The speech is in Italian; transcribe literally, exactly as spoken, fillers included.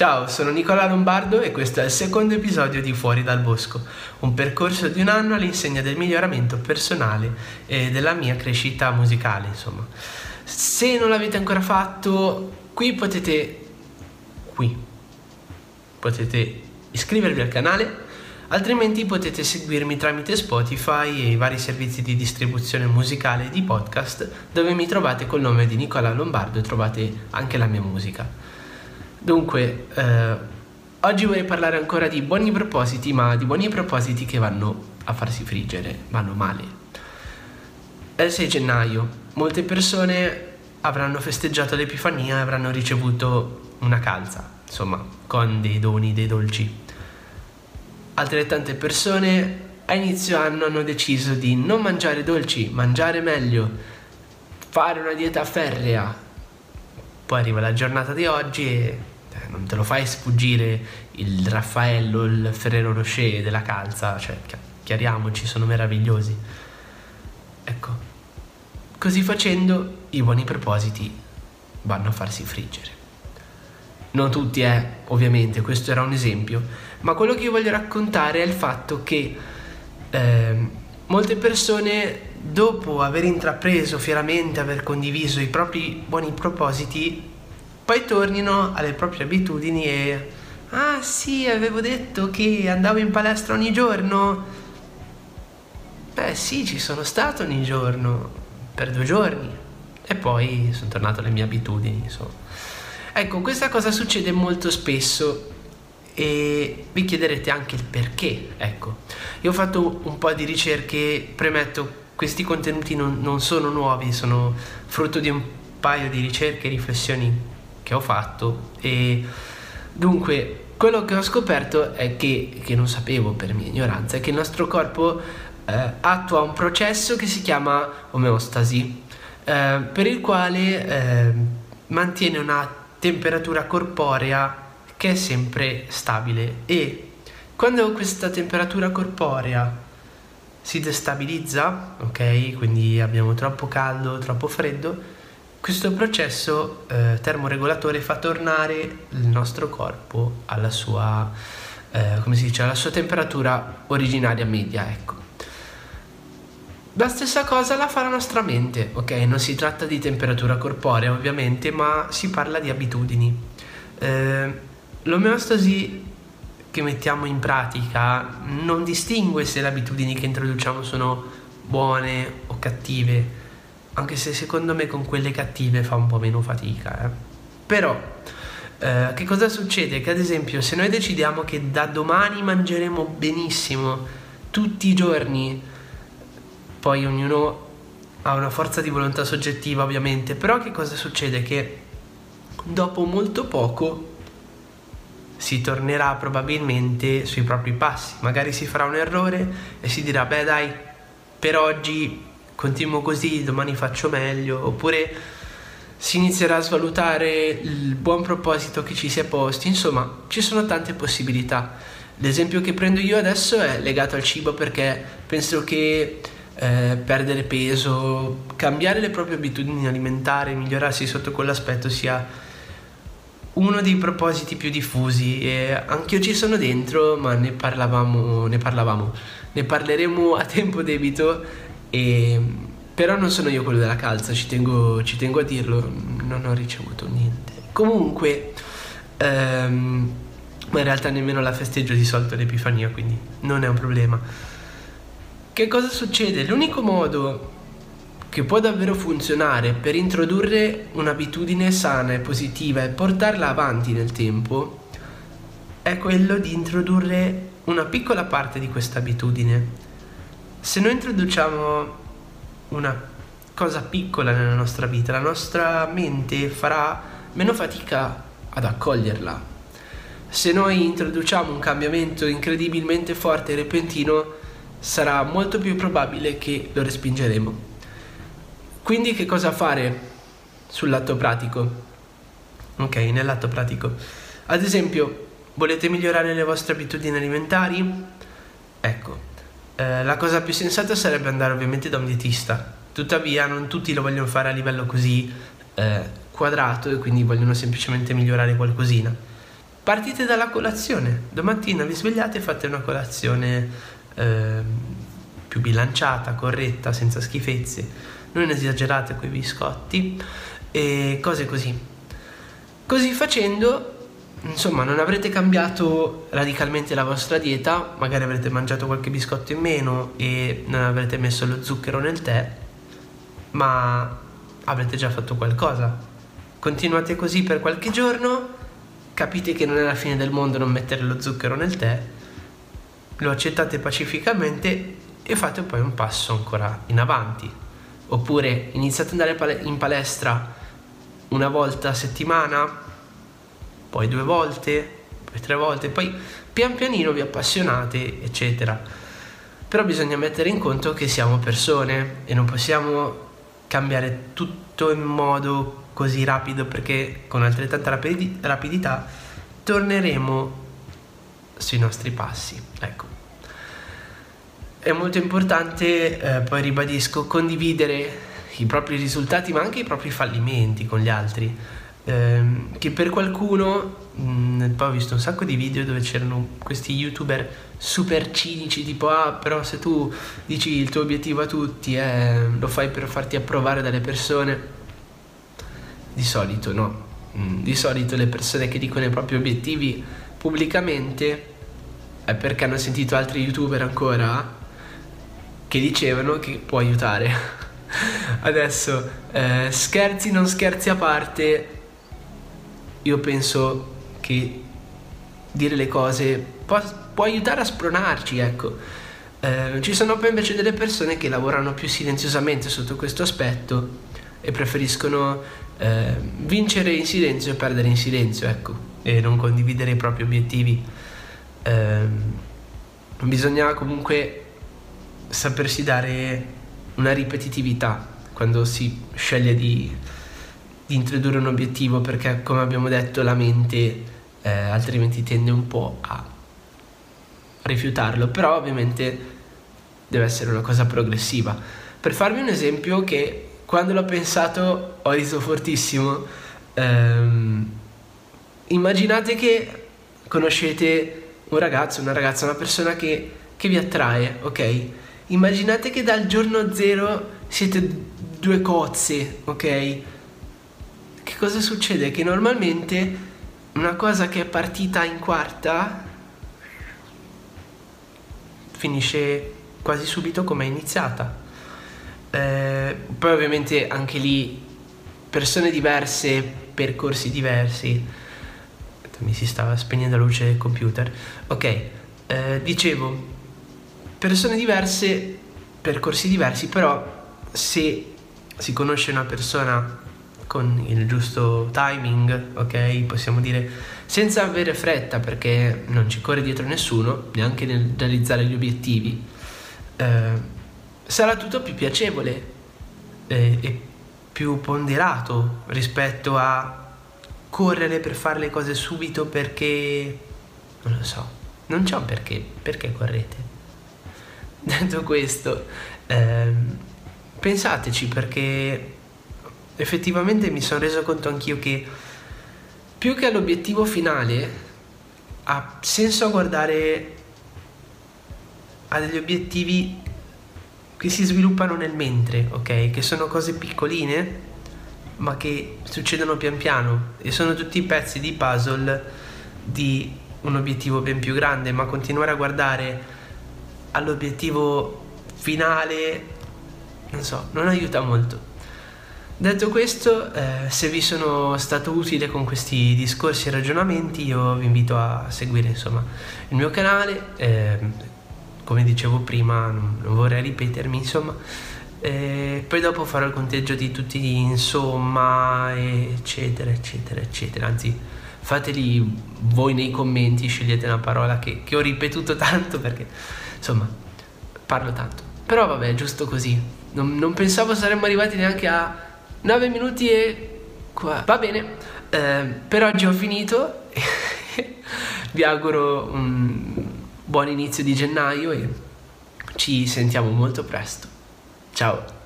Ciao, sono Nicola Lombardo e questo è il secondo episodio di Fuori dal Bosco, un percorso di un anno all'insegna del miglioramento personale e della mia crescita musicale, insomma. Se non l'avete ancora fatto, qui potete qui potete iscrivervi al canale, altrimenti potete seguirmi tramite Spotify e i vari servizi di distribuzione musicale di podcast, dove mi trovate col nome di Nicola Lombardo e trovate anche la mia musica. Dunque, eh, oggi vorrei parlare ancora di buoni propositi, ma di buoni propositi che vanno a farsi friggere, vanno male. È il sei gennaio, molte persone avranno festeggiato l'Epifania e avranno ricevuto una calza, insomma, con dei doni, dei dolci. Altrettante persone a inizio anno hanno deciso di non mangiare dolci, mangiare meglio, fare una dieta ferrea. Poi arriva la giornata di oggi e eh, non te lo fai sfuggire il Raffaello, il Ferrero Rocher della calza, cioè chiariamoci, sono meravigliosi. Ecco, così facendo i buoni propositi vanno a farsi friggere. Non tutti, eh, ovviamente, questo era un esempio, ma quello che io voglio raccontare è il fatto che eh, molte persone, dopo aver intrapreso fieramente, aver condiviso i propri buoni propositi, poi tornino alle proprie abitudini e ah sì, avevo detto che andavo in palestra ogni giorno. Beh sì, ci sono stato ogni giorno per due giorni e poi sono tornato alle mie abitudini, insomma. Ecco, questa cosa succede molto spesso e vi chiederete anche il perché. Ecco, io ho fatto un po' di ricerche, premetto, questi contenuti non, non sono nuovi, sono frutto di un paio di ricerche e riflessioni che ho fatto, e dunque quello che ho scoperto è che, che non sapevo per mia ignoranza, è che il nostro corpo eh, attua un processo che si chiama omeostasi, eh, per il quale eh, mantiene una temperatura corporea che è sempre stabile, e quando questa temperatura corporea si destabilizza, ok, quindi abbiamo troppo caldo, troppo freddo, questo processo eh, termoregolatore fa tornare il nostro corpo alla sua, eh, come si dice, alla sua temperatura originaria media, ecco. La stessa cosa la fa la nostra mente, ok? Non si tratta di temperatura corporea ovviamente, ma si parla di abitudini. Eh, l'omeostasi che mettiamo in pratica non distingue se le abitudini che introduciamo sono buone o cattive, anche se secondo me con quelle cattive fa un po' meno fatica, eh. Però eh, che cosa succede? Che ad esempio se noi decidiamo che da domani mangeremo benissimo tutti i giorni, poi ognuno ha una forza di volontà soggettiva ovviamente, però che cosa succede? Che dopo molto poco si tornerà probabilmente sui propri passi, magari si farà un errore e si dirà beh dai, per oggi continuo così, domani faccio meglio, oppure si inizierà a svalutare il buon proposito che ci si è posti. Insomma, ci sono tante possibilità. L'esempio che prendo io adesso è legato al cibo, perché penso che eh, perdere peso, cambiare le proprie abitudini alimentari, migliorarsi sotto quell'aspetto sia uno dei propositi più diffusi, e anch'io ci sono dentro, ma ne parlavamo, ne parlavamo, ne parleremo a tempo debito. E, però non sono io quello della calza, ci tengo, ci tengo a dirlo, non ho ricevuto niente. Comunque, ehm, ma in realtà nemmeno la festeggio di solito l'Epifania, quindi non è un problema. Che cosa succede? L'unico modo che può davvero funzionare per introdurre un'abitudine sana e positiva e portarla avanti nel tempo è quello di introdurre una piccola parte di questa abitudine. Se noi introduciamo una cosa piccola nella nostra vita, la nostra mente farà meno fatica ad accoglierla. Se noi introduciamo un cambiamento incredibilmente forte e repentino, sarà molto più probabile che lo respingeremo. Quindi che cosa fare sul lato pratico? Ok, nel lato pratico. Ad esempio, volete migliorare le vostre abitudini alimentari? Ecco. Eh, la cosa più sensata sarebbe andare ovviamente da un dietista, tuttavia non tutti lo vogliono fare a livello così eh, quadrato, e quindi vogliono semplicemente migliorare qualcosina. partite dalla colazione. Domattina vi svegliate e fate una colazione eh, più bilanciata, corretta, senza schifezze, non esagerate con i biscotti e cose così. Così facendo, insomma, non avrete cambiato radicalmente la vostra dieta, magari avrete mangiato qualche biscotto in meno e non avrete messo lo zucchero nel tè, ma avrete già fatto qualcosa. Continuate così per qualche giorno, capite che non è la fine del mondo non mettere lo zucchero nel tè, lo accettate pacificamente e fate poi un passo ancora in avanti. Oppure iniziate ad andare in palestra una volta a settimana, poi due volte, poi tre volte, poi pian pianino vi appassionate, eccetera. Però bisogna mettere in conto che siamo persone e non possiamo cambiare tutto in modo così rapido, perché con altrettanta rapidi- rapidità torneremo sui nostri passi. Ecco. È molto importante, eh, poi ribadisco, condividere i propri risultati ma anche i propri fallimenti con gli altri. Ehm, che per qualcuno, mh, poi ho visto un sacco di video dove c'erano questi youtuber super cinici, tipo ah però se tu dici il tuo obiettivo a tutti eh, lo fai per farti approvare dalle persone. Di solito no, mh, di solito le persone che dicono i propri obiettivi pubblicamente è perché hanno sentito altri youtuber ancora che dicevano che può aiutare. Adesso eh, scherzi non scherzi a parte, io penso che dire le cose può, può aiutare a spronarci, ecco. Eh, ci sono poi invece delle persone che lavorano più silenziosamente sotto questo aspetto e preferiscono eh, vincere in silenzio e perdere in silenzio, ecco, e non condividere i propri obiettivi. Eh, bisogna comunque sapersi dare una ripetitività quando si sceglie di di introdurre un obiettivo, perché come abbiamo detto la mente eh, altrimenti tende un po' a rifiutarlo, però ovviamente deve essere una cosa progressiva. Per farvi un esempio che quando l'ho pensato ho riso fortissimo, ehm, immaginate che conoscete un ragazzo, una ragazza, una persona che, che vi attrae, ok? Immaginate che dal giorno zero siete due cozze, ok? Che cosa succede? Che normalmente una cosa che è partita in quarta finisce quasi subito come è iniziata. Eh, poi ovviamente anche lì persone diverse, percorsi diversi. Mi si stava spegnendo la luce del computer. Ok, eh, dicevo, persone diverse, percorsi diversi, però se si conosce una persona con il giusto timing, ok, possiamo dire, senza avere fretta, perché non ci corre dietro nessuno, neanche nel realizzare gli obiettivi, eh, sarà tutto più piacevole eh, e più ponderato rispetto a correre per fare le cose subito, perché non lo so, non c'è un perché, perché correte. Detto questo, ehm, pensateci, perché effettivamente mi sono reso conto anch'io che più che all'obiettivo finale ha senso guardare a degli obiettivi che si sviluppano nel mentre, ok? Che sono cose piccoline ma che succedono pian piano e sono tutti pezzi di puzzle di un obiettivo ben più grande, ma continuare a guardare all'obiettivo finale, non so, non aiuta molto. Detto questo, eh, se vi sono stato utile con questi discorsi e ragionamenti, io vi invito a seguire insomma il mio canale, eh, come dicevo prima, non, non vorrei ripetermi insomma, eh, poi dopo farò il conteggio di tutti gli insomma, eccetera eccetera eccetera, anzi fateli voi nei commenti, scegliete una parola che, che ho ripetuto tanto perché insomma parlo tanto, però vabbè, è giusto così, non, non pensavo saremmo arrivati neanche a nove minuti e qua. Va bene, eh, per oggi ho finito. Vi auguro un buon inizio di gennaio e ci sentiamo molto presto. Ciao.